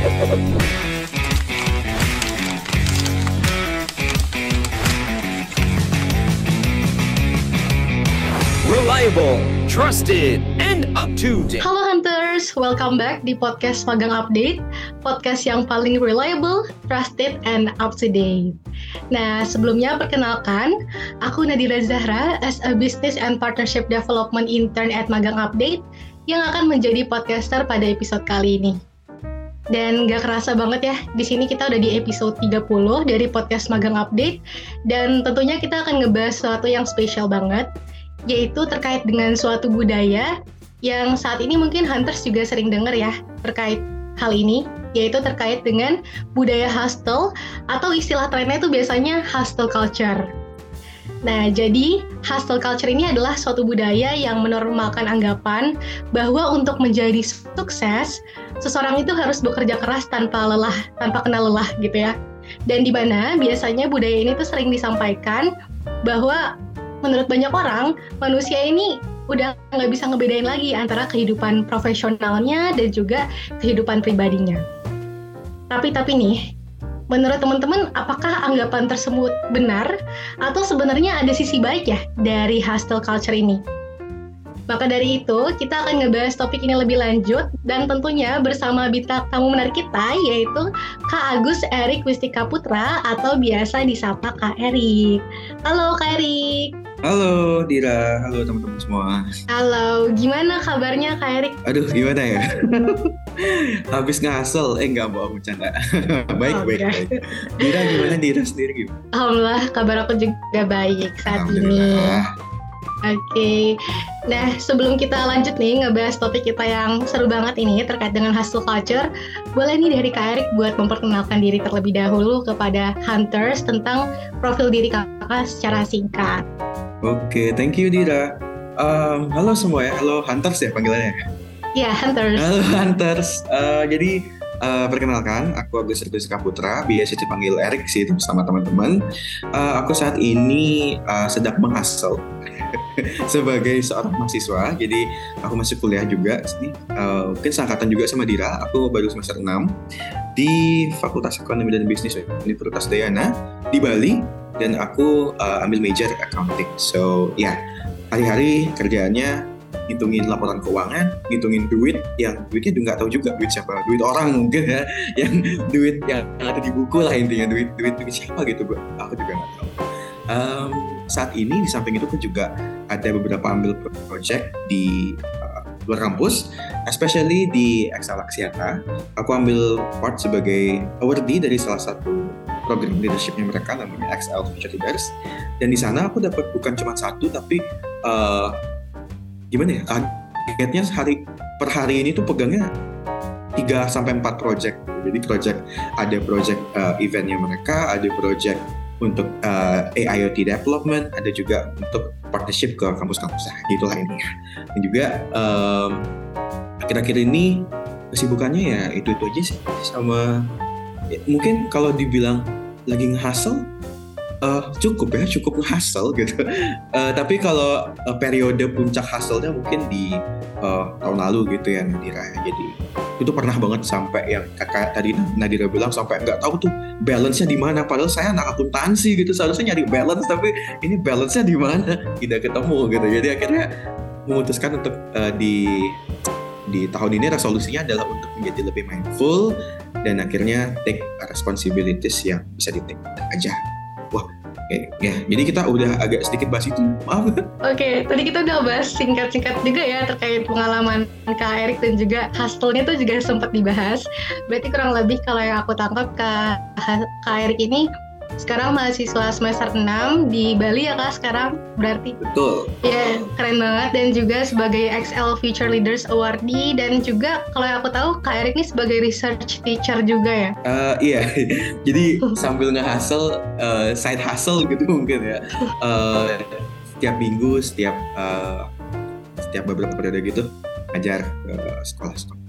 Reliable, trusted, and up to date. Halo Hunters, welcome back di podcast Magang Update, podcast yang paling reliable, trusted, and up to date. Nah, sebelumnya perkenalkan, aku Nadira Zahra as a Business and Partnership Development Intern at Magang Update yang akan menjadi podcaster pada episode kali ini. Dan gak kerasa banget ya, di sini kita udah di episode 30 dari podcast Magang Update, dan tentunya kita akan ngebahas sesuatu yang spesial banget, yaitu terkait dengan suatu budaya yang saat ini mungkin Hunters juga sering dengar ya terkait hal ini, yaitu terkait dengan budaya hustle atau istilah trennya itu biasanya hustle culture. Nah, jadi hustle culture ini adalah suatu budaya yang menormalkan anggapan bahwa untuk menjadi sukses, seseorang itu harus bekerja keras tanpa kenal lelah gitu ya. Dan di mana biasanya budaya ini tuh sering disampaikan bahwa menurut banyak orang, manusia ini udah nggak bisa ngebedain lagi antara kehidupan profesionalnya dan juga kehidupan pribadinya. Tapi nih, menurut teman-teman, apakah anggapan tersebut benar atau sebenarnya ada sisi baik ya dari hustle culture ini? Maka dari itu, kita akan ngebahas topik ini lebih lanjut dan tentunya bersama bintang tamu menarik kita, yaitu Kak Agus Erik Wistika Putra atau biasa disapa Kak Erik. Halo Kak Erik. Halo Dira, halo teman-teman semua. Halo, gimana kabarnya Kak Erik? Aduh, gimana ya? Habis nge-hustle, enggak bohong, bercanda. Baik. Dira gimana, Dira sendiri gimana? Alhamdulillah, kabar aku juga baik saat ini. Oke, nah sebelum kita lanjut nih ngebahas topik kita yang seru banget ini terkait dengan hustle culture, boleh nih dari Kak Erik buat memperkenalkan diri terlebih dahulu kepada Hunters tentang profil diri kakak secara singkat. Oke, thank you Dira. Halo semua ya, halo Hunters ya panggilannya? Iya, Hunters. Halo Hunters, jadi perkenalkan, aku Agus Erik Wistika Putra, biasa dipanggil Erik sih sama teman-teman. Aku saat ini sedang menghustle sebagai seorang mahasiswa, jadi aku masih kuliah juga sini. Mungkin seangkatan juga sama Dira, aku baru semester 6 di Fakultas Ekonomi dan Bisnis Universitas Dayana di Bali, dan aku ambil major accounting. So hari-hari kerjaannya ngitungin laporan keuangan, ngitungin duit yang duitnya udah nggak tahu juga duit siapa, duit orang mungkin ya, yang duit yang ada di buku lah intinya, duit siapa gitu, aku juga nggak tahu. Saat ini di samping itu pun juga ada beberapa ambil project di luar kampus, especially di XL Axiata. Aku ambil part sebagai awardee dari salah satu program leadership-nya mereka, namanya XL Future Leaders. Dan di sana aku dapat bukan cuma satu, tapi gimana ya, kagetnya per hari ini tuh pegangnya 3-4 project. Jadi ada project eventnya mereka, ada project untuk AIoT development, ada juga untuk partnership ke kampus-kampus, gitulah ini. Dan juga akhir-akhir ini kesibukannya ya itu aja sih, sama ya, mungkin kalau dibilang lagi nge-hustle, cukup nge-hustle gitu. Tapi kalau periode puncak hustle-nya mungkin di tahun lalu gitu ya Nadira. Jadi itu pernah banget sampai yang kayak tadi Nadira bilang, sampai nggak tahu tuh balance-nya di mana. Padahal saya anak akuntansi gitu, seharusnya nyari balance, tapi ini balance-nya di mana tidak ketemu gitu. Jadi akhirnya memutuskan untuk di tahun ini resolusinya adalah untuk menjadi lebih mindful dan akhirnya take responsibilities yang bisa di-take aja. Wah, ya, jadi kita udah agak sedikit bahas itu, maaf. Oke, tadi kita udah bahas singkat-singkat juga ya terkait pengalaman Kak Erik dan juga hustle-nya tuh juga sempat dibahas. Berarti kurang lebih kalau yang aku tangkap Kak Erik ini sekarang mahasiswa semester 6 di Bali ya Kak sekarang berarti? Betul. Ya, keren banget. Dan juga sebagai XL Future Leaders Awardee, dan juga kalau yang aku tahu Kak Erik ini sebagai research teacher juga ya? Iya, jadi sambil nge-hustle, side hustle gitu mungkin ya. Setiap minggu, setiap beberapa periode gitu ngajar ke sekolah-sekolah.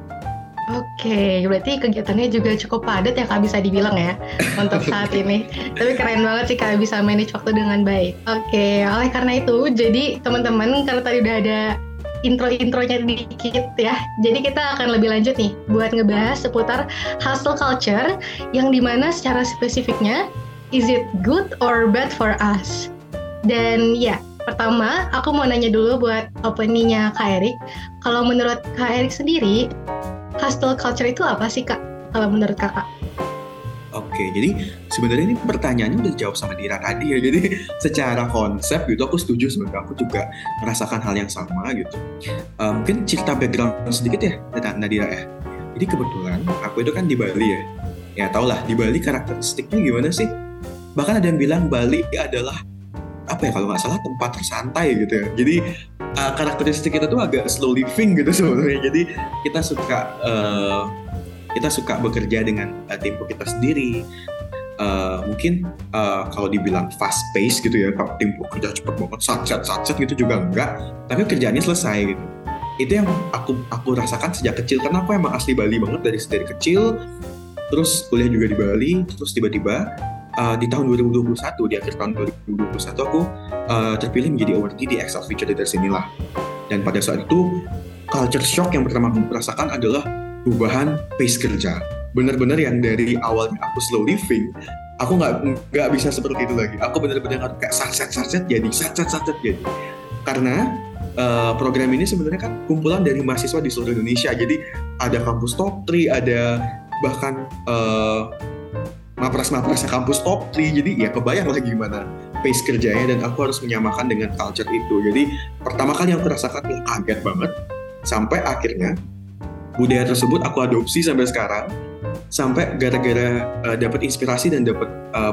Oke, berarti kegiatannya juga cukup padat ya Kak, bisa dibilang ya untuk saat ini. Tapi keren banget sih Kak bisa manage waktu dengan baik. Oke, oleh karena itu, jadi teman-teman karena tadi udah ada intro-intronya dikit ya. Jadi kita akan lebih lanjut nih buat ngebahas seputar hustle culture yang dimana secara spesifiknya is it good or bad for us? Dan ya, pertama aku mau nanya dulu buat opininya Kak Erik. Kalau menurut Kak Erik sendiri, hustle culture itu apa sih Kak? Kalau menurut Kakak? Oke, jadi sebenarnya ini pertanyaannya udah dijawab sama Dira tadi ya. Jadi secara konsep gitu aku setuju, sebenarnya aku juga merasakan hal yang sama gitu. Mungkin cerita background sedikit ya, Nadira ya. Jadi kebetulan aku itu kan di Bali ya. Ya tau lah, di Bali karakteristiknya gimana sih? Bahkan ada yang bilang Bali adalah apa ya, kalau nggak salah tempat tersantai gitu ya. Jadi karakteristik kita tuh agak slow living gitu sebenarnya. Jadi kita suka bekerja dengan tempo kita sendiri. Mungkin kalau dibilang fast pace gitu ya, kalau tempo kerja cepet banget, sat gitu juga enggak, tapi kerjaannya selesai gitu. Itu yang aku rasakan sejak kecil, karena aku emang asli Bali banget dari kecil. Terus kuliah juga di Bali, terus tiba-tiba di tahun 2021, di akhir tahun 2021 aku terpilih menjadi awardee di Excel Future Leaders inilah. Dan pada saat itu culture shock yang pertama aku rasakan adalah perubahan pace kerja. Benar-benar yang dari awalnya aku slow living, aku nggak bisa seperti itu lagi. Aku benar-benar harus kayak satset jadi. Karena program ini sebenarnya kan kumpulan dari mahasiswa di seluruh Indonesia. Jadi ada kampus top 3, ada bahkan mapres-mapresnya kampus top 3. Jadi ya kebayang lah gimana pace kerjanya, dan aku harus menyamakan dengan culture itu. Jadi pertama kali yang aku rasakan ya kaget banget, sampai akhirnya budaya tersebut aku adopsi sampai sekarang, sampai gara-gara dapat inspirasi dan dapat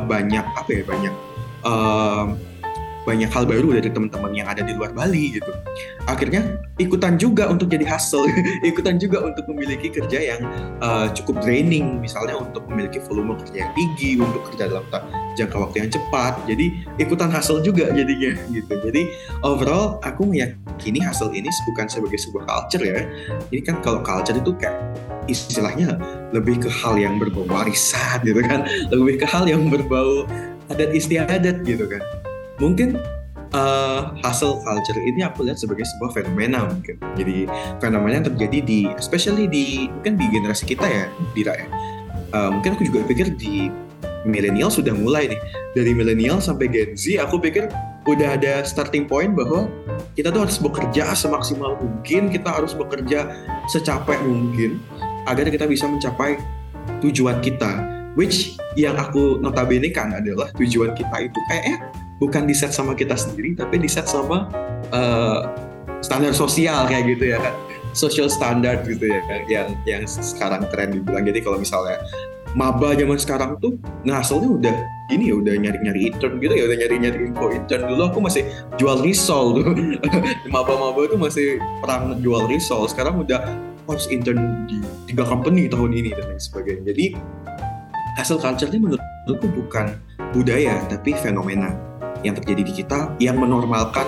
banyak hal baru dari teman-teman yang ada di luar Bali gitu. Akhirnya ikutan juga untuk jadi hustle, ikutan juga untuk memiliki kerja yang cukup draining, misalnya untuk memiliki volume kerja yang tinggi, untuk kerja dalam jangka waktu yang cepat. Jadi ikutan hustle juga jadinya gitu. Jadi overall aku meyakini hustle ini bukan sebagai sebuah culture ya. Ini kan kalau culture itu kayak istilahnya lebih ke hal yang berbau warisan gitu kan, lebih ke hal yang berbau adat istiadat gitu kan. Mungkin hustle culture ini aku lihat sebagai sebuah fenomena mungkin. Jadi fenomena yang terjadi especially mungkin di generasi kita ya, Dira ya. Mungkin aku juga pikir di milenial sudah mulai nih. Dari milenial sampai Gen Z, aku pikir udah ada starting point bahwa kita tuh harus bekerja semaksimal mungkin, kita harus bekerja secapek mungkin agar kita bisa mencapai tujuan kita. Which yang aku notabene kan adalah tujuan kita itu kayaknya bukan di set sama kita sendiri, tapi di set sama standar sosial kayak gitu ya kan, social standard gitu ya kan, yang sekarang tren dibilang. Jadi kalau misalnya maba zaman sekarang tuh ngaselnya udah ini ya, udah nyari-nyari intern gitu ya, udah nyari-nyari info intern. Dulu aku masih jual risol tuh maba-maba tuh masih perang jual risol, sekarang udah harus intern di 3 company tahun ini dan lain sebagainya. Jadi hustle culture ini menurutku bukan budaya tapi fenomena yang terjadi di kita, yang menormalkan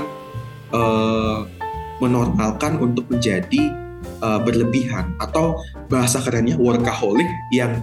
untuk menjadi berlebihan, atau bahasa kerennya workaholic yang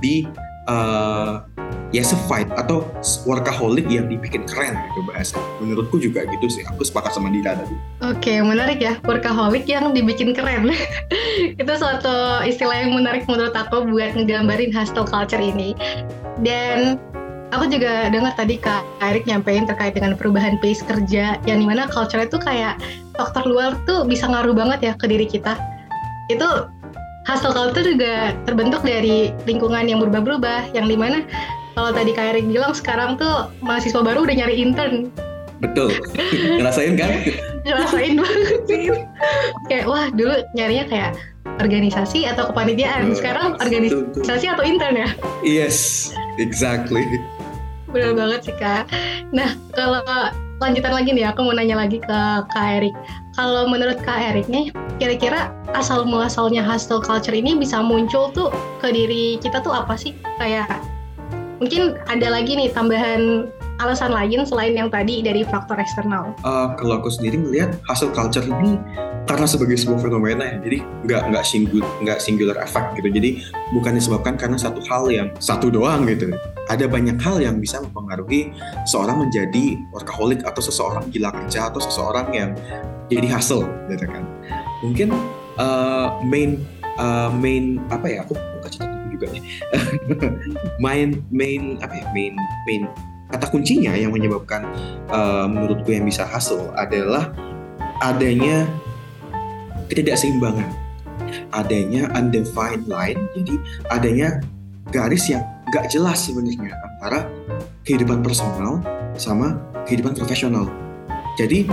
fight, atau workaholic yang dibikin keren gitu bahasa. Menurutku juga gitu sih, aku sepakat sama Dira tadi. Oke, menarik ya, workaholic yang dibikin keren. Itu suatu istilah yang menarik menurut aku buat ngegambarin hustle culture ini. Dan aku juga dengar tadi Kak Erik nyampein terkait dengan perubahan pace kerja, yang dimana culture itu kayak faktor luar tuh bisa ngaruh banget ya ke diri kita. Itu hustle culture juga terbentuk dari lingkungan yang berubah-ubah, yang dimana kalau tadi Kak Erik bilang sekarang tuh mahasiswa baru udah nyari intern. Betul, ngerasain kan? Ngerasain banget sih. Kayak wah dulu nyarinya kayak organisasi atau kepanitiaan, sekarang organisasi atau intern ya? Yes, exactly. Benar banget sih Kak. Nah kalau lanjutan lagi nih, aku mau nanya lagi ke Kak Erik. Kalau menurut Kak Erik nih, kira-kira asal muasalnya hustle culture ini bisa muncul tuh ke diri kita tuh apa sih? Kayak mungkin ada lagi nih tambahan alasan lain selain yang tadi dari faktor eksternal. Kalau aku sendiri melihat hustle culture ini karena sebagai sebuah fenomena ya, jadi nggak singular effect gitu. Jadi bukan disebabkan karena satu hal yang satu doang gitu. Ada banyak hal yang bisa mempengaruhi seorang menjadi workaholic, atau seseorang gila kerja, atau seseorang yang jadi hustle gitu kan. mungkin main apa ya, aku buka catatan juga nih. main kata kuncinya yang menyebabkan menurutku yang bisa hustle adalah adanya ketidakseimbangan, adanya undefined line, jadi adanya garis yang gak jelas sebenarnya antara kehidupan personal sama kehidupan profesional. Jadi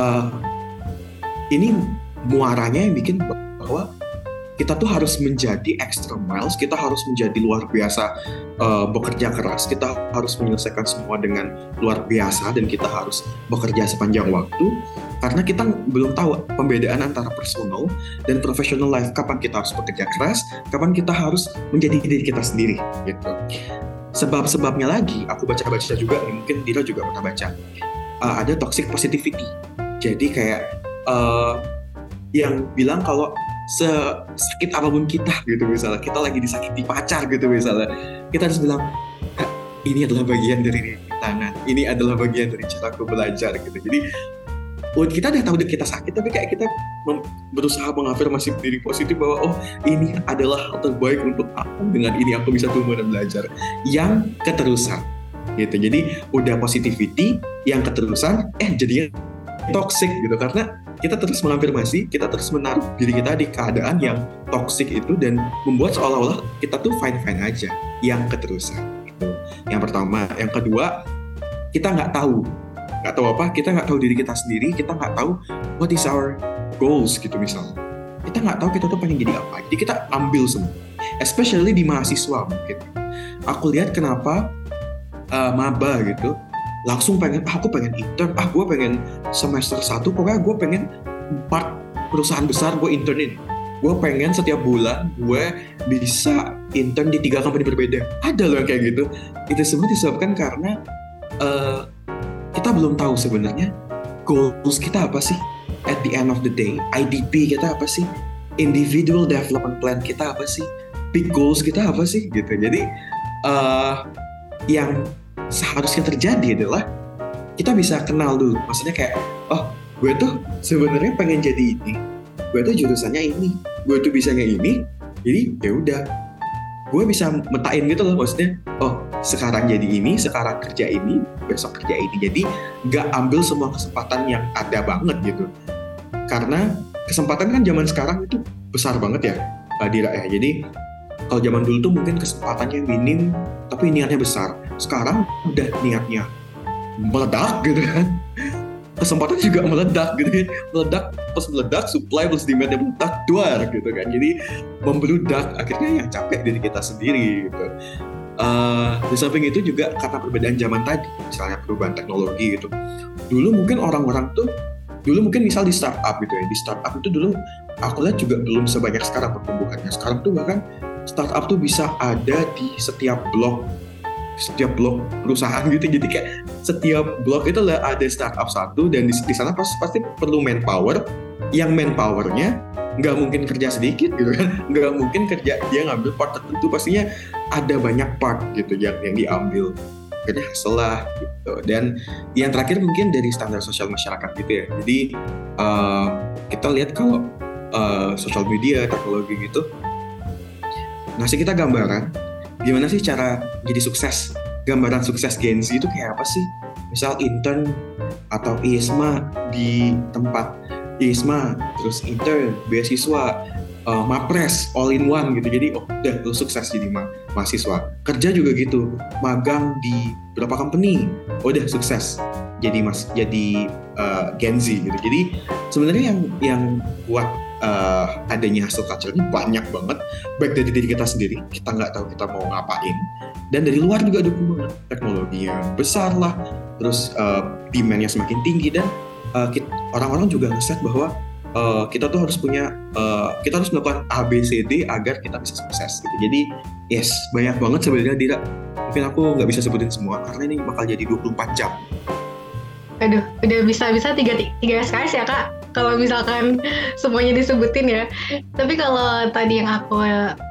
ini muaranya yang bikin bahwa kita tuh harus menjadi extra miles, kita harus menjadi luar biasa bekerja keras, kita harus menyelesaikan semua dengan luar biasa, dan kita harus bekerja sepanjang waktu, karena kita belum tahu pembedaan antara personal dan professional life, kapan kita harus bekerja keras, kapan kita harus menjadi diri kita sendiri gitu. Sebab-sebabnya lagi, aku baca-baca juga, mungkin Dira juga pernah baca, ada toxic positivity. Jadi kayak yang bilang kalau sakit apapun kita gitu, misalnya kita lagi disakiti pacar gitu misalnya, kita harus bilang ini adalah bagian dari rintangan, ini adalah bagian dari caraku belajar gitu. Jadi kita udah tahu kita sakit, tapi kayak kita berusaha mengafirmasi diri positif bahwa oh ini adalah hal terbaik untuk aku, dengan ini aku bisa tumbuh dan belajar, yang keterusan gitu. Jadi udah positivity yang keterusan jadinya toxic gitu, karena kita terus mengafirmasi, kita terus menaruh diri kita di keadaan yang toxic itu, dan membuat seolah-olah kita tuh fine-fine aja, yang keterusan itu. Yang pertama. Yang kedua, kita nggak tahu apa, kita nggak tahu diri kita sendiri, kita nggak tahu what is our goals gitu misalnya. Kita nggak tahu kita tuh pengen jadi apa, jadi kita ambil semua, especially di mahasiswa mungkin. Aku lihat kenapa maba gitu langsung pengen, aku pengen intern, gue pengen semester 1, pokoknya gue pengen 4 perusahaan besar gue internin. Gue pengen setiap bulan gue bisa intern di 3 company berbeda. Ada loh yang kayak gitu. Itu semua disebabkan karena kita belum tahu sebenarnya goals kita apa sih at the end of the day, IDP kita apa sih, individual development plan kita apa sih, big goals kita apa sih gitu. Jadi yang seharusnya terjadi adalah kita bisa kenal dulu, maksudnya kayak oh gue tuh sebenarnya pengen jadi ini, gue tuh jurusannya ini, gue tuh bisanya ini, jadi ya udah gue bisa metain gitu loh, maksudnya oh sekarang jadi ini, sekarang kerja ini, besok kerja ini. Jadi nggak ambil semua kesempatan yang ada banget gitu, karena kesempatan kan zaman sekarang itu besar banget ya Dira ya. Jadi kalau zaman dulu tuh mungkin kesempatannya minim tapi niatnya besar. Sekarang udah niatnya meledak gitu kan, kesempatan juga meledak gitu kan. Pas meledak supply plus demand-nya meledak duar gitu kan. Jadi membludak, akhirnya yang capek diri kita sendiri gitu. Di samping itu juga karena perbedaan zaman tadi, misalnya perubahan teknologi gitu. Dulu mungkin orang-orang tuh, misal di startup gitu ya, di startup itu dulu aku lihat juga belum sebanyak sekarang pertumbuhannya. Sekarang tuh bahkan startup tuh bisa ada di setiap blok perusahaan gitu. Jadi kayak setiap blok itu lah ada startup satu, dan di sana pasti perlu manpower, yang manpowernya nggak mungkin kerja sedikit gitu kan, nggak mungkin kerja dia ngambil part tertentu, pastinya ada banyak part gitu yang diambil. Akhirnya hasil lah gitu. Dan yang terakhir mungkin dari standar sosial masyarakat gitu ya. Jadi kita lihat kalau sosial media, teknologi gitu ngasih kita gambaran gimana sih cara jadi sukses. Gambaran sukses Gen Z itu kayak apa sih? Misal intern atau ISMA di tempat ISMA, terus intern, beasiswa, mapres, all in one gitu. Jadi udah lu sukses jadi mahasiswa. Kerja juga gitu, magang di berapa company, udah sukses jadi Gen Z gitu. Jadi sebenarnya yang buat adanya hustle culture ini banyak banget, baik dari diri kita sendiri, kita nggak tahu kita mau ngapain, dan dari luar juga dukung banget, teknologinya besar lah, terus demand-nya semakin tinggi, dan orang-orang juga ngeset bahwa kita tuh harus kita harus melakukan ABCD agar kita bisa sukses gitu. Jadi yes, banyak banget sebenarnya Dira. Mungkin aku nggak bisa sebutin semua karena ini bakal jadi 24 jam. Aduh, udah bisa-bisa 3 SKS ya Kak, kalau misalkan semuanya disebutin ya. Tapi kalau tadi yang aku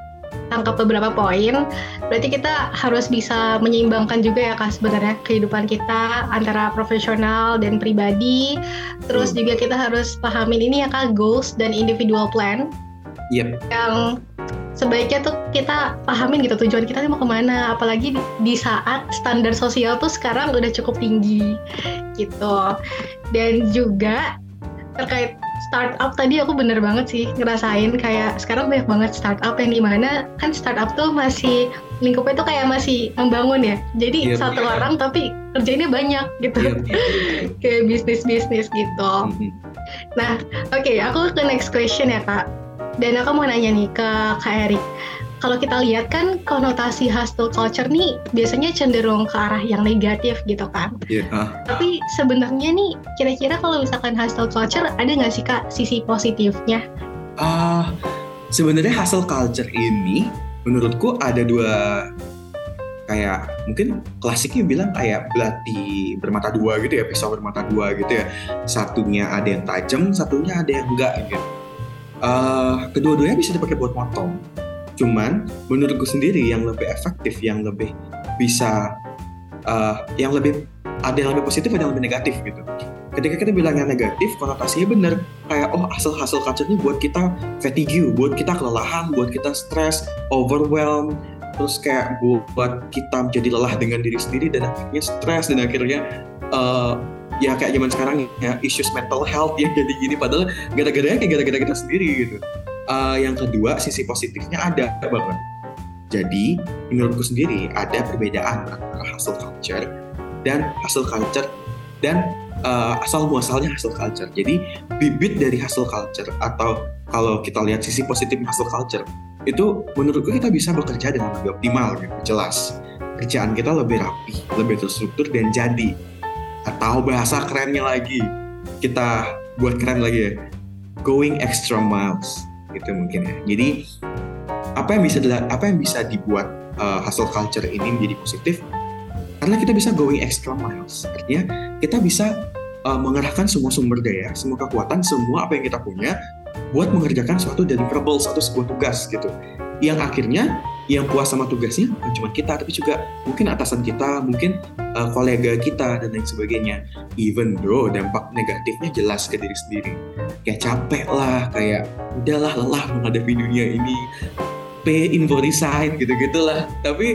tangkap beberapa poin. Berarti kita harus bisa menyeimbangkan juga ya Kak sebenarnya kehidupan kita antara profesional dan pribadi. Terus juga kita harus pahamin ini ya Kak, goals dan individual plan. Yep. Yang sebaiknya tuh kita pahamin gitu tujuan kita mau kemana, apalagi di saat standar sosial tuh sekarang udah cukup tinggi gitu. Dan juga terkait startup tadi aku bener banget sih ngerasain kayak sekarang banyak banget startup yang dimana kan startup tuh masih lingkupnya tuh kayak masih membangun ya, jadi satu orang tapi kerjainnya banyak gitu. Kayak bisnis gitu. Nah oke, aku ke next question ya Kak. Dan aku mau nanya nih ke Kak Erik. Kalau kita lihat kan konotasi hustle culture nih biasanya cenderung ke arah yang negatif gitu kan. Tapi sebenarnya nih kira-kira kalau misalkan hustle culture ada nggak sih Kak sisi positifnya? Sebenarnya hustle culture ini menurutku ada dua, kayak mungkin klasiknya bilang kayak belati bermata dua gitu ya, pisau bermata dua gitu ya. Satunya ada yang tajam, satunya ada yang enggak gitu. Kedua-duanya bisa dipakai buat motong. Cuman menurutku sendiri yang lebih efektif, yang lebih bisa, yang lebih ada yang lebih positif, ada yang lebih negatif gitu. Ketika kita bilang yang negatif, konotasinya bener kayak hustle culture-nya buat kita fatigue, buat kita kelelahan, buat kita stres, overwhelm, terus kayak buat kita menjadi lelah dengan diri sendiri dan akhirnya stres dan akhirnya ya kayak zaman sekarang ya issues mental health yang jadi gini, padahal gara-garanya kayak gara-gara kita sendiri gitu. Yang kedua, sisi positifnya ada banget. Jadi menurutku sendiri ada perbedaan antara hustle culture dan asal muasalnya hustle culture. Jadi bibit dari hustle culture, atau kalau kita lihat sisi positif hustle culture, itu menurutku kita bisa bekerja dengan lebih optimal gitu, jelas. Kerjaan kita lebih rapi, lebih terstruktur dan jadi. Atau bahasa kerennya lagi, kita buat keren lagi ya, going extra miles gitu mungkin ya. Jadi apa yang bisa dibuat hustle culture ini menjadi positif? Karena kita bisa going extra miles. Artinya kita bisa mengerahkan semua sumber daya, semua kekuatan, semua apa yang kita punya buat mengerjakan suatu deliverable, suatu sebuah tugas gitu. Yang akhirnya yang puas sama tugasnya bukan cuma kita, tapi juga mungkin atasan kita, mungkin kolega kita dan lain sebagainya. Even though dampak negatifnya jelas ke diri sendiri, kayak capek lah, kayak udahlah lelah menghadapi dunia ini, pay in body side gitu-gitulah. Tapi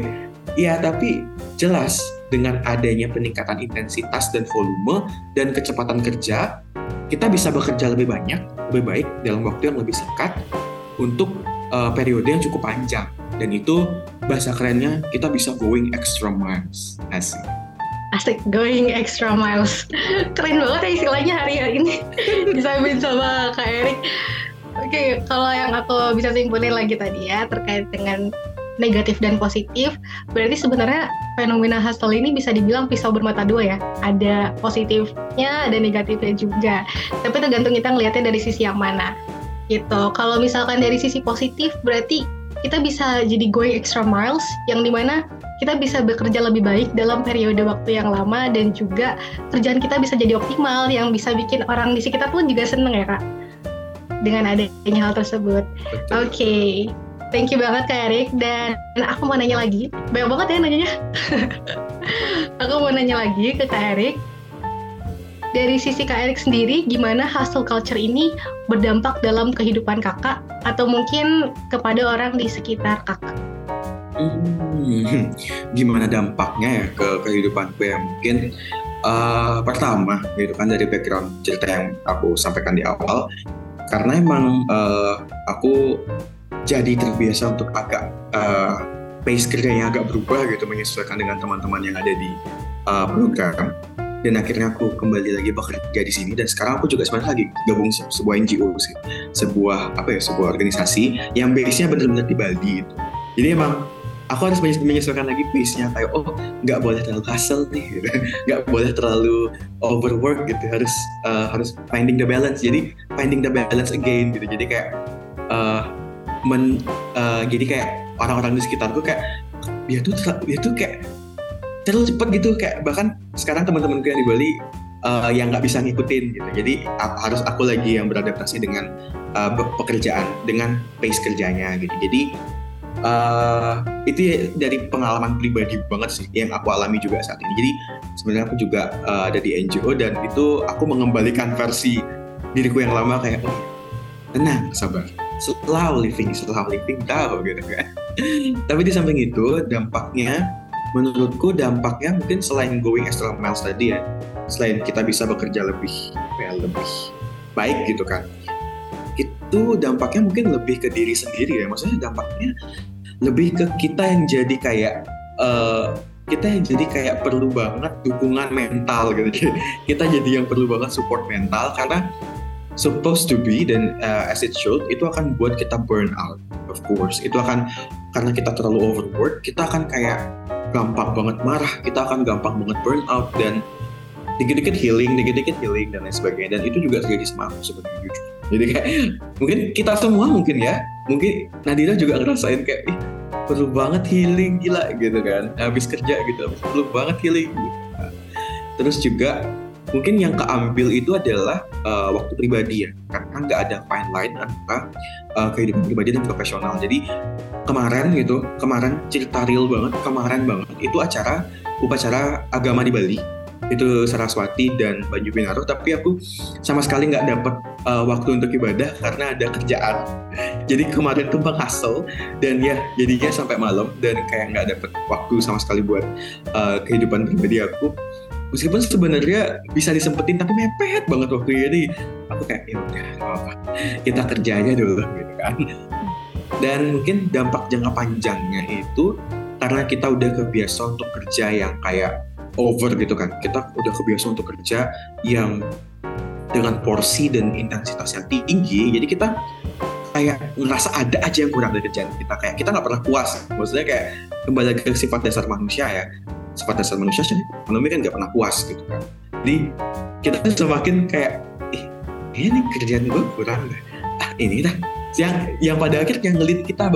jelas dengan adanya peningkatan intensitas dan volume dan kecepatan kerja, kita bisa bekerja lebih banyak, lebih baik dalam waktu yang lebih singkat untuk periode yang cukup panjang. Dan itu bahasa kerennya kita bisa going extra miles. Asik, going extra miles. Keren banget ya istilahnya hari ini disampaikan sama Kak Erik. Oke, kalau yang aku bisa simpulin lagi tadi ya terkait dengan negatif dan positif, berarti sebenarnya fenomena hustle ini bisa dibilang pisau bermata dua ya. Ada positifnya, ada negatifnya juga. Tapi tergantung kita ngelihatnya dari sisi yang mana. Gitu. Kalau misalkan dari sisi positif, berarti kita bisa jadi going extra miles, yang dimana kita bisa bekerja lebih baik dalam periode waktu yang lama, dan juga kerjaan kita bisa jadi optimal, yang bisa bikin orang di sekitar pun juga seneng ya Kak dengan adanya hal tersebut. Oke. Thank you banget Kak Erik. Dan aku mau nanya lagi, banyak banget ya nanyanya. Aku mau nanya lagi ke Kak Erik. Dari sisi Kak Erik sendiri, gimana hustle culture ini berdampak dalam kehidupan kakak atau mungkin kepada orang di sekitar kakak? Gimana dampaknya ya ke kehidupanku ya? Mungkin pertama gitu kan, dari background cerita yang aku sampaikan di awal, karena emang aku jadi terbiasa untuk agak pace kerjanya agak berubah gitu, menyesuaikan dengan teman-teman yang ada di program. Dan akhirnya aku kembali lagi bekerja di sini, dan sekarang aku juga sebenarnya lagi gabung sebuah NGO sih, sebuah organisasi yang base-nya benar-benar di Bali gitu. Jadi emang aku harus menyesuaikan lagi pace-nya, kayak nggak boleh terlalu hustle nih, gitu. Nggak boleh terlalu overwork gitu, harus finding the balance. Jadi finding the balance again gitu. Jadi kayak jadi kayak orang-orang di sekitarku kayak dia tuh kayak terlalu cepat gitu, kayak bahkan sekarang teman-temanku yang di Bali yang nggak bisa ngikutin gitu. Jadi harus aku lagi yang beradaptasi dengan pekerjaan, dengan pace kerjanya gitu. Jadi Itu ya dari pengalaman pribadi banget sih yang aku alami juga saat ini. Jadi sebenarnya aku juga ada di NGO dan itu aku mengembalikan versi diriku yang lama kayak tenang, sabar, slow living tahu gitu kan. Tapi di samping itu menurutku dampaknya mungkin selain going extra miles tadi ya, selain kita bisa bekerja lebih baik gitu kan, itu dampaknya mungkin lebih ke diri sendiri ya. Maksudnya dampaknya lebih ke kita yang jadi kayak perlu banget dukungan mental gitu. Kita jadi yang perlu banget support mental karena supposed to be dan as it should itu akan buat kita burn out. Of course itu akan, karena kita terlalu overwork, kita akan kayak gampang banget marah, kita akan gampang banget burn out dan dikit-dikit healing dan lain sebagainya. Dan itu juga terjadi sama aku sebenarnya jujur. Jadi kayak mungkin kita semua mungkin Nadira juga ngerasain kayak perlu banget healing, gila gitu kan, habis kerja gitu perlu banget healing gitu. Terus juga mungkin yang keambil itu adalah waktu pribadi ya, karena nggak ada fine line antara kehidupan pribadi dan profesional. Jadi kemarin cerita real banget, itu upacara agama di Bali, itu Saraswati dan Banyu Binaru, tapi aku sama sekali nggak dapet waktu untuk ibadah karena ada kerjaan. Jadi kemarin tuh hustle dan ya jadinya sampai malam dan kayak nggak dapet waktu sama sekali buat kehidupan pribadi aku. Meskipun sebenarnya bisa disempetin tapi mepet banget waktunya. Jadi aku kayak ya udah nggak apa-apa, kita kerja aja dulu gitu kan. Dan mungkin dampak jangka panjangnya itu karena kita udah kebiasa untuk kerja yang kayak over gitu kan. Kita udah kebiasa untuk kerja yang dengan porsi dan intensitas yang tinggi. Jadi kita kayak ngerasa ada aja yang kurang dari kerjaan kita. Kayak kita nggak pernah puas. Maksudnya kayak kembali ke sifat dasar manusia ya. Sifat dasar manusia sih, manusia kan nggak pernah puas gitu kan. Jadi kita tuh semakin kayak ini kerjaan gue kurang deh. Ini dah yang pada akhirnya ngelit kita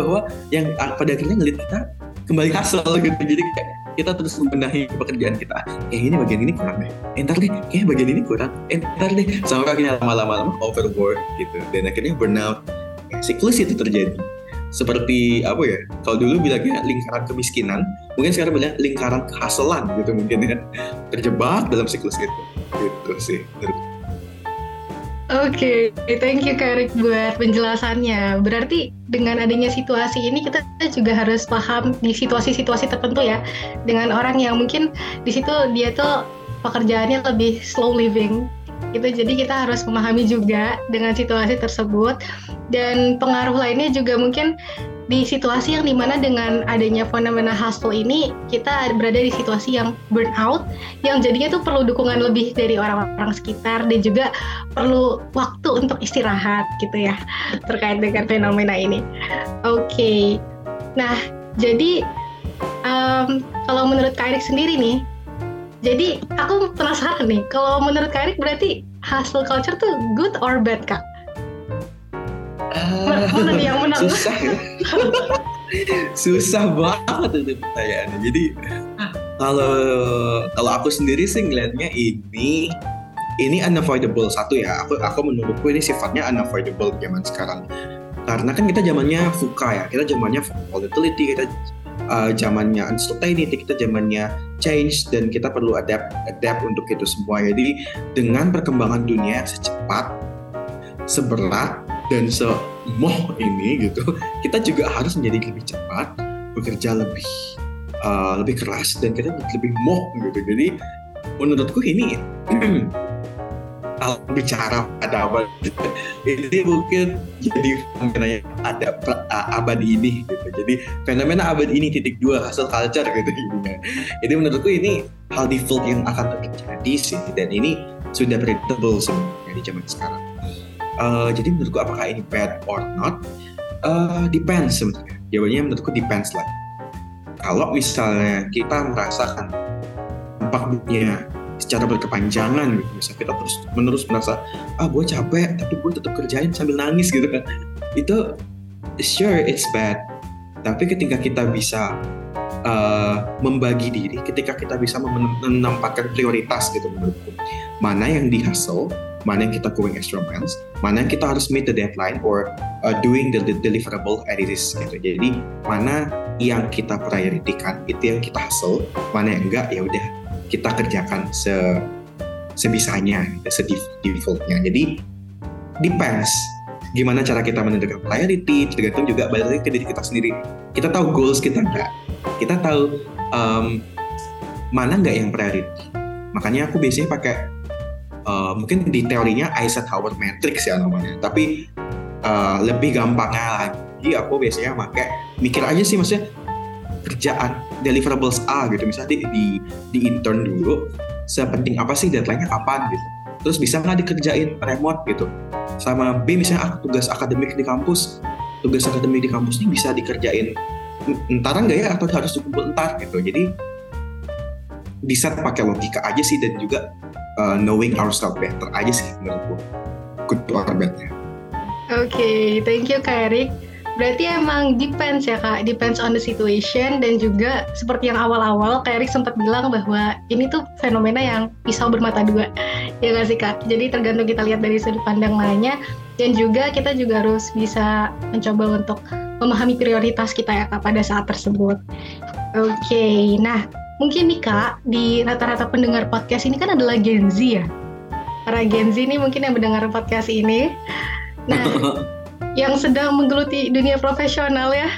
kembali hasil gitu. Jadi kayak kita terus membenahi pekerjaan kita. Ini bagian ini kurang deh. Entar deh, bagian ini kurang. Entar deh. Sampai akhirnya lama-lama overwork gitu. Dan akhirnya burnout. Siklus itu terjadi. Seperti apa ya? Kalau dulu bilangnya lingkaran kemiskinan, mungkin sekarang bilang lingkaran kehasulan gitu mungkin ya. Terjebak dalam siklus itu. Gitu sih. Oke, thank you Kak Erik buat penjelasannya. Berarti dengan adanya situasi ini kita juga harus paham di situasi-situasi tertentu ya, dengan orang yang mungkin di situ dia tuh pekerjaannya lebih slow living gitu. Jadi kita harus memahami juga dengan situasi tersebut. Dan pengaruh lainnya juga mungkin di situasi yang dimana dengan adanya fenomena hustle ini kita berada di situasi yang burnout, yang jadinya tuh perlu dukungan lebih dari orang-orang sekitar dan juga perlu waktu untuk istirahat gitu ya terkait dengan fenomena ini. Oke. Nah jadi kalau menurut Kak Erik sendiri nih, jadi aku penasaran nih, kalau menurut Kak Erik berarti hustle culture tuh good or bad Kak? Mana nih yang menang? Susah ya. Susah banget itu pertanyaannya. Jadi kalau aku sendiri sih ngelihatnya ini unavoidable. Satu ya, aku menurutku ini sifatnya unavoidable zaman sekarang. Karena kan kita zamannya VUCA ya, kita zamannya volatility, kita zamannya uncertainty, kita zamannya change, dan kita perlu adapt untuk itu semua. Jadi dengan perkembangan dunia secepat, seberat, dan semoh ini gitu, kita juga harus menjadi lebih cepat, bekerja lebih keras, dan kita lebih moh gitu. Jadi menurutku ini kalau bicara pada abad ini mungkin jadi fenomena ada abad ini gitu. Jadi fenomena abad ini .2 hustle culture gitu jadinya. Jadi menurutku ini hal default yang akan terjadi sih, dan ini sudah predictable sebenarnya di zaman sekarang. Jadi menurutku apakah ini bad or not? Depends sebenarnya. Jawabannya menurutku depends lah. Kalau misalnya kita merasakan dampaknya secara berkepanjangan gitu, misalnya kita terus merasa gue capek tapi gue tetap kerjain sambil nangis gitu kan, itu sure it's bad. Tapi ketika kita bisa membagi diri, ketika kita bisa menempatkan prioritas gitu menurutku, mana yang di hustle, mana yang kita going extra miles, mana yang kita harus meet the deadline or doing the deliverable as it is gitu. Jadi mana yang kita prioritikan itu yang kita hustle, mana yang enggak ya udah kita kerjakan sebisanya, se-defaultnya. Jadi depends gimana cara kita menentukan priority, tergantung juga balik lagi ke diri kita sendiri. Kita tahu goals kita enggak, kita tahu mana enggak yang priority. Makanya aku biasanya pakai mungkin di teorinya Eisenhower Matrix ya namanya, tapi lebih gampangnya lagi aku biasanya pakai mikir aja sih, maksudnya kerjaan deliverables A gitu, misalnya di intern dulu sepenting apa sih, deadline-nya kapan gitu, terus bisa nggak dikerjain remote gitu. Sama B misalnya tugas akademik di kampus ini bisa dikerjain entaran nggak ya, atau harus kumpul entar gitu. Jadi di-set pakai logika aja sih, dan juga knowing ourselves better aja sih menurutku. Good to our bad-nya. Oke, thank you Kak Erik. Berarti emang depends ya Kak, depends on the situation, dan juga seperti yang awal-awal Kak Erik sempat bilang bahwa ini tuh fenomena yang pisau bermata dua, ya nggak sih Kak? Jadi tergantung kita lihat dari sudut pandang mananya, dan juga kita juga harus bisa mencoba untuk memahami prioritas kita ya Kak pada saat tersebut. Oke, nah mungkin nih Kak, di rata-rata pendengar podcast ini kan adalah Gen Z ya. Para Gen Z ini mungkin yang mendengar podcast ini. Nah, yang sedang menggeluti dunia profesional ya.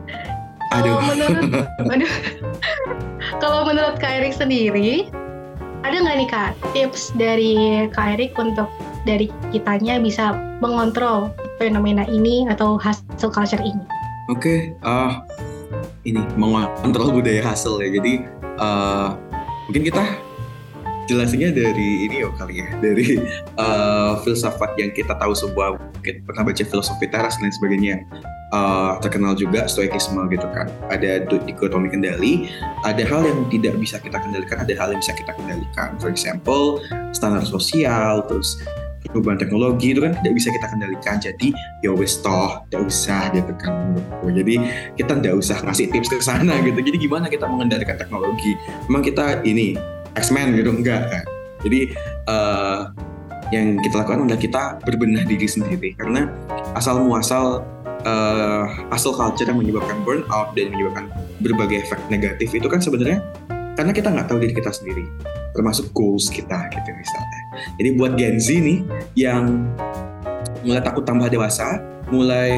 Kalau menurut Kak Erik sendiri, ada nggak nih Kak tips dari Kak Erik untuk dari kitanya bisa mengontrol fenomena ini atau hustle culture ini? Oke, ini mengontrol budaya hustle ya. Jadi mungkin kita jelasinnya dari ini kali ya, dari filsafat yang kita tahu semua, mungkin pernah baca filosofi teras dan lain sebagainya, terkenal juga stoikisme gitu kan. Ada dikotomi kendali, ada hal yang tidak bisa kita kendalikan, ada hal yang bisa kita kendalikan. For example, standar sosial, terus perubahan teknologi itu kan tidak bisa kita kendalikan, jadi ya wes toh tidak usah gitu kan. Jadi kita tidak usah ngasih tips ke sana gitu. Jadi gimana kita mengendalikan teknologi? Memang kita ini X-Men gitu, enggak kan? Jadi yang kita lakukan adalah kita berbenah diri sendiri, karena asal muasal hustle culture yang menyebabkan burnout dan menyebabkan berbagai efek negatif itu kan sebenarnya karena kita nggak tahu diri kita sendiri, termasuk goals kita gitu misalnya. Jadi buat Gen Z nih yang mulai takut tambah dewasa, mulai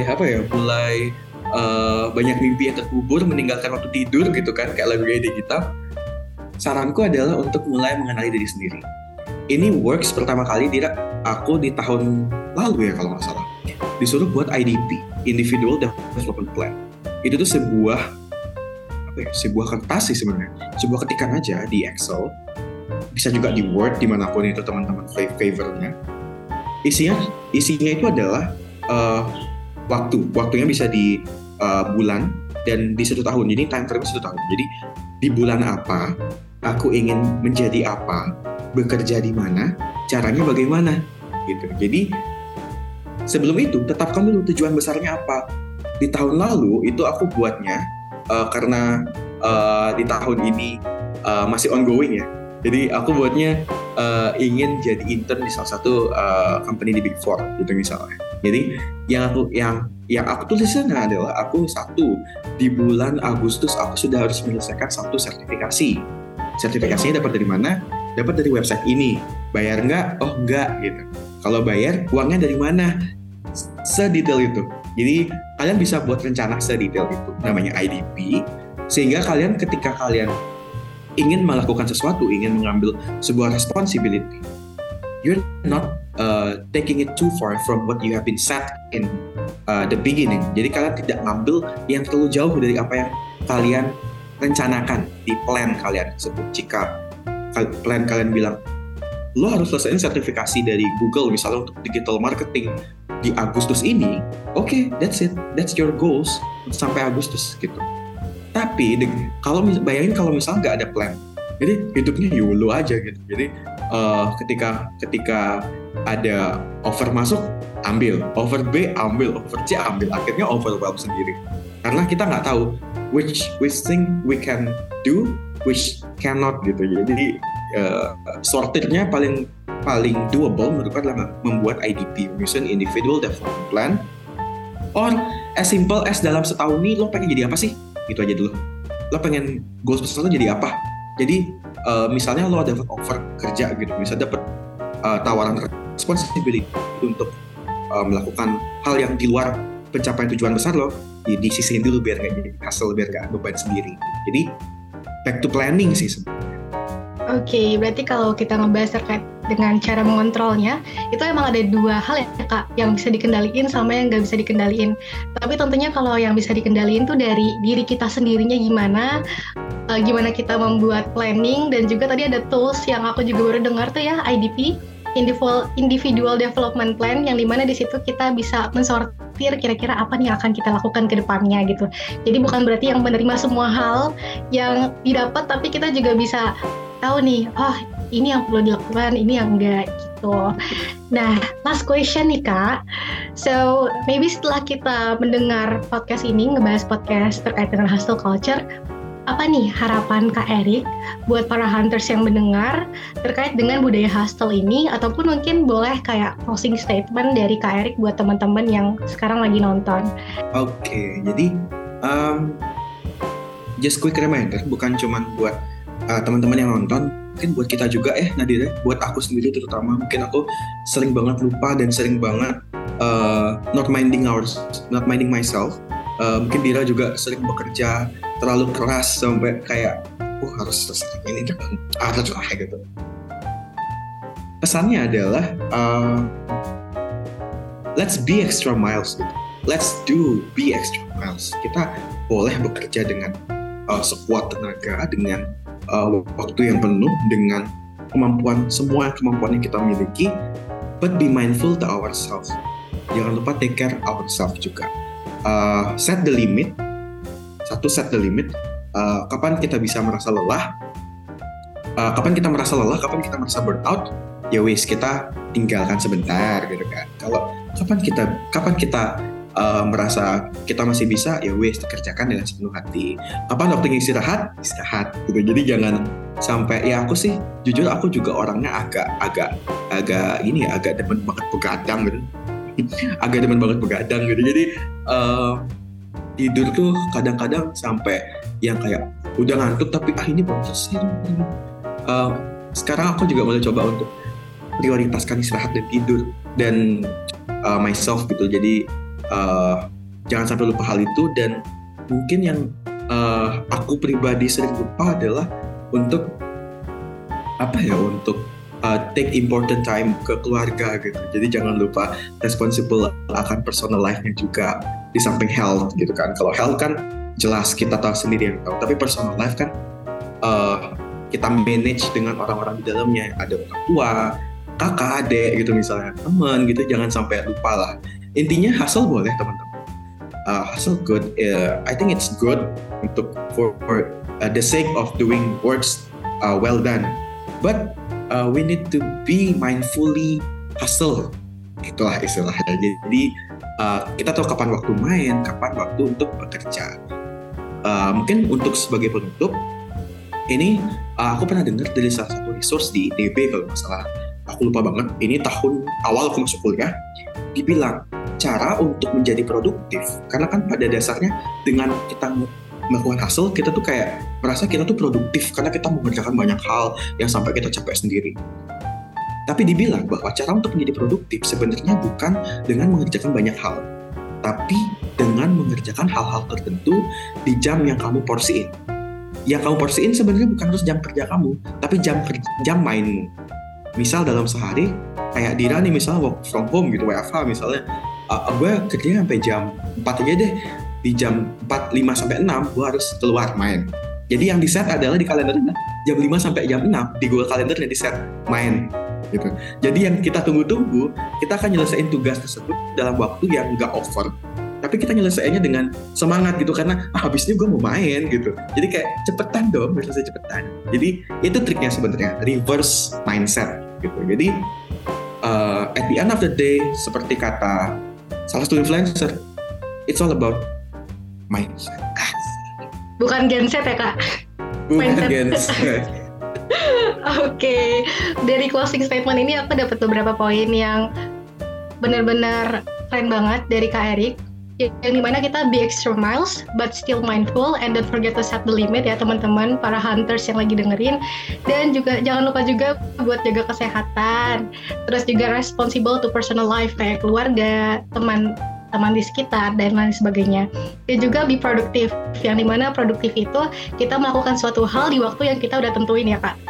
banyak mimpi yang terkubur, meninggalkan waktu tidur gitu kan, kayak lagu di kita. Saranku adalah untuk mulai mengenali diri sendiri. Ini works pertama kali aku di tahun lalu ya kalau nggak salah, disuruh buat IDP, Individual Development Plan. Itu tuh sebuah kertas sih sebenarnya, sebuah ketikan aja di Excel, bisa juga di Word dimanapun itu teman-teman favornya. Isinya itu adalah waktunya bisa di bulan dan di 1 tahun. Jadi time frame 1 tahun. Jadi di bulan apa aku ingin menjadi apa, bekerja di mana, caranya bagaimana gitu. Jadi sebelum itu tetapkan dulu tujuan besarnya apa. Di tahun lalu itu aku buatnya karena di tahun ini masih ongoing ya. Jadi aku buatnya ingin jadi intern di salah satu company di Big Four gitu misalnya. Jadi yang aku tulis sana adalah di bulan Agustus aku sudah harus menyelesaikan 1 sertifikasi. Sertifikasinya dapat dari mana? Dapat dari website ini. Bayar nggak? Oh nggak gitu. Kalau bayar, uangnya dari mana? Sedetail itu. Jadi kalian bisa buat rencana sedetail itu, namanya IDP, sehingga ketika kalian ingin melakukan sesuatu, ingin mengambil sebuah responsibility, you're not taking it too far from what you have been set in the beginning. Jadi kalian tidak ngambil yang terlalu jauh dari apa yang kalian rencanakan di plan kalian tersebut. Jika plan kalian bilang, lo harus selesaiin sertifikasi dari Google misalnya untuk digital marketing di Agustus ini, okay, that's it, that's your goals sampai Agustus gitu. Tapi bayangin kalau misalnya nggak ada plan, jadi hidupnya YOLO aja gitu. Jadi ketika ada offer masuk, ambil, offer B ambil, offer C ambil, akhirnya overwhelm sendiri karena kita nggak tahu which thing we can do, which cannot gitu. Jadi sortirnya paling paling doable menurutku adalah membuat IDP, Mission Individual Development Plan, or as simple as dalam setahun nih lo pengen jadi apa sih? Gitu aja dulu. Lo pengen goals besar lo jadi apa? Jadi misalnya lo dapat offer kerja gitu, bisa dapat tawaran responsibility untuk melakukan hal yang di luar pencapaian tujuan besar lo, disisihin dulu biar nggak jadi hassle, biar nggak beban sendiri. Jadi back to planning sih sebenarnya. Oke, berarti kalau kita ngebahas terkait dengan cara mengontrolnya, itu emang ada dua hal ya Kak, yang bisa dikendaliin sama yang nggak bisa dikendaliin. Tapi tentunya kalau yang bisa dikendaliin tuh dari diri kita sendirinya gimana kita membuat planning, dan juga tadi ada tools yang aku juga baru dengar tuh ya, IDP, Individual Development Plan, yang dimana di situ kita bisa mensortir kira-kira apa nih yang akan kita lakukan ke depannya gitu. Jadi bukan berarti yang menerima semua hal yang didapat, tapi kita juga bisa tahu nih, ini yang perlu dilakukan, ini yang enggak gitu. Nah, last question nih Kak. So, maybe setelah kita mendengar podcast ini, ngebahas podcast terkait dengan hustle culture, apa nih harapan Kak Erik buat para hunters yang mendengar terkait dengan budaya hustle ini, ataupun mungkin boleh kayak closing statement dari Kak Erik buat teman-teman yang sekarang lagi nonton. Oke, jadi just quick reminder, bukan cuma buat teman-teman yang nonton, mungkin buat kita juga Nadira, buat aku sendiri terutama, mungkin aku sering banget lupa dan sering banget not minding myself. Mungkin Dira juga sering bekerja terlalu keras sampai kayak harus selesai ini dengan gitu. Pesannya adalah let's be extra miles gitu. Let's be extra miles. Kita boleh bekerja dengan sekuat tenaga, dengan waktu yang penuh, dengan semua kemampuan yang kita miliki, but be mindful to ourselves. Jangan lupa take care ourselves juga. Set the limit. Set the limit. Kapan kita bisa merasa lelah? Kapan kita merasa burn out? Ya wis, kita tinggalkan sebentar gitu kan. Kalau kapan kita merasa kita masih bisa, ya wis, dikerjakan dengan sepenuh hati. Kapan waktunya istirahat gitu. Jadi jangan sampai, ya aku sih jujur aku juga orangnya agak demen banget begadang gitu. Jadi tidur tuh kadang-kadang sampai yang kayak udah ngantuk tapi ini belum selesai. Sekarang aku juga mulai coba untuk prioritaskan istirahat dan tidur dan myself gitu. Jadi jangan sampai lupa hal itu. Dan mungkin yang aku pribadi sering lupa adalah untuk take important time ke keluarga gitu. Jadi jangan lupa responsible akan personal life-nya juga, di samping health gitu kan. Kalau health kan jelas kita tahu sendiri yang tahu, tapi personal life kan kita manage dengan orang-orang di dalamnya. Ada orang tua, kakak, adik gitu misalnya, teman gitu. Jangan sampai lupa lah. Intinya hustle boleh teman-teman. Hustle good. I think it's good for the sake of doing works well done. But we need to be mindfully hustle. Itulah istilahnya. Jadi kita tahu kapan waktu main, kapan waktu untuk bekerja. Mungkin untuk sebagai penutup, ini aku pernah dengar dari salah satu resource di ITB kalau nggak salah. Aku lupa banget. Ini tahun awal aku masuk kuliah. Dibilang cara untuk menjadi produktif. Karena kan pada dasarnya dengan kita melakukan hustle, kita tuh kayak merasa kita tuh produktif karena kita mengerjakan banyak hal yang sampai kita capek sendiri. Tapi dibilang bahwa cara untuk menjadi produktif sebenarnya bukan dengan mengerjakan banyak hal, tapi dengan mengerjakan hal-hal tertentu di jam yang kamu porsiin. Yang kamu porsiin sebenarnya bukan harus jam kerja kamu, tapi jam mainmu. Misal dalam sehari, kayak Dira nih misalnya work from home gitu, WFH misalnya, gue kerjanya sampai jam 4 aja deh. Di jam 4, 5 sampai 6 gue harus keluar main. Jadi yang di set adalah di kalendernya jam 5 sampai jam 6 di Google Calendar di set main gitu. Jadi yang kita tunggu-tunggu, kita akan nyelesain tugas tersebut dalam waktu yang nggak over, tapi kita nyelesainnya dengan semangat gitu karena habis ini gue mau main gitu. Jadi kayak cepetan dong, selesai cepetan. Jadi itu triknya sebenarnya, reverse mindset gitu. Jadi at the end of the day, seperti kata salah satu influencer, it's all about mindset. Bukan genset ya Kak? Bukan genset. Oke, dari closing statement ini aku dapat beberapa poin yang benar-benar keren banget dari Kak Erik. Yang dimana kita be extra miles but still mindful and don't forget to set the limit ya teman-teman, para hunters yang lagi dengerin. Dan juga jangan lupa juga buat jaga kesehatan, terus juga responsible to personal life kayak keluarga, teman di sekitar dan lain sebagainya. Dan juga be produktif, yang dimana produktif itu kita melakukan suatu hal di waktu yang kita udah tentuin ya Kak.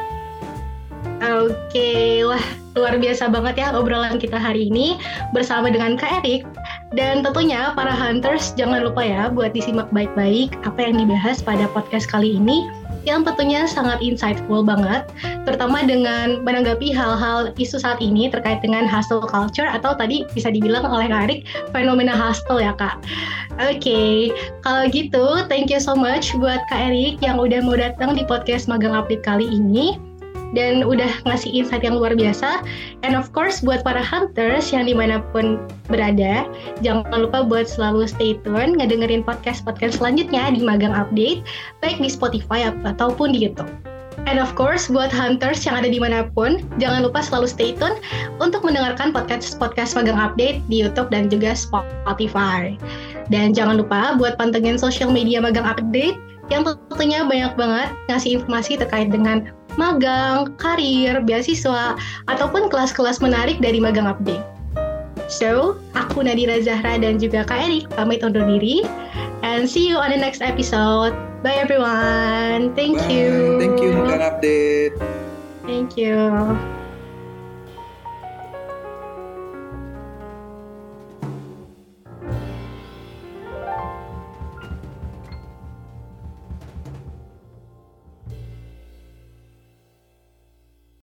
Oke, wah luar biasa banget ya obrolan kita hari ini bersama dengan Kak Erik. Dan tentunya para hunters jangan lupa ya buat disimak baik-baik apa yang dibahas pada podcast kali ini, yang tentunya sangat insightful banget, terutama dengan menanggapi hal-hal isu saat ini terkait dengan hustle culture atau tadi bisa dibilang oleh Kak Erik fenomena hustle ya Kak. Oke, kalau gitu thank you so much buat Kak Erik yang udah mau datang di podcast Magang Update kali ini dan udah ngasih insight yang luar biasa. And of course buat para hunters yang dimanapun berada, jangan lupa buat selalu stay tune ngedengerin podcast-podcast selanjutnya di Magang Update, baik di Spotify ataupun di YouTube. And of course buat hunters yang ada dimanapun, jangan lupa selalu stay tune untuk mendengarkan podcast Magang Update di YouTube dan juga Spotify. Dan jangan lupa buat pantengin social media Magang Update yang tentunya banyak banget ngasih informasi terkait dengan magang, karir, beasiswa, ataupun kelas-kelas menarik dari Magang Update. So, aku Nadira Zahra dan juga Kak Erik pamit undur diri. And see you on the next episode. Bye everyone. Thank you. Thank you Magang Update. Thank you.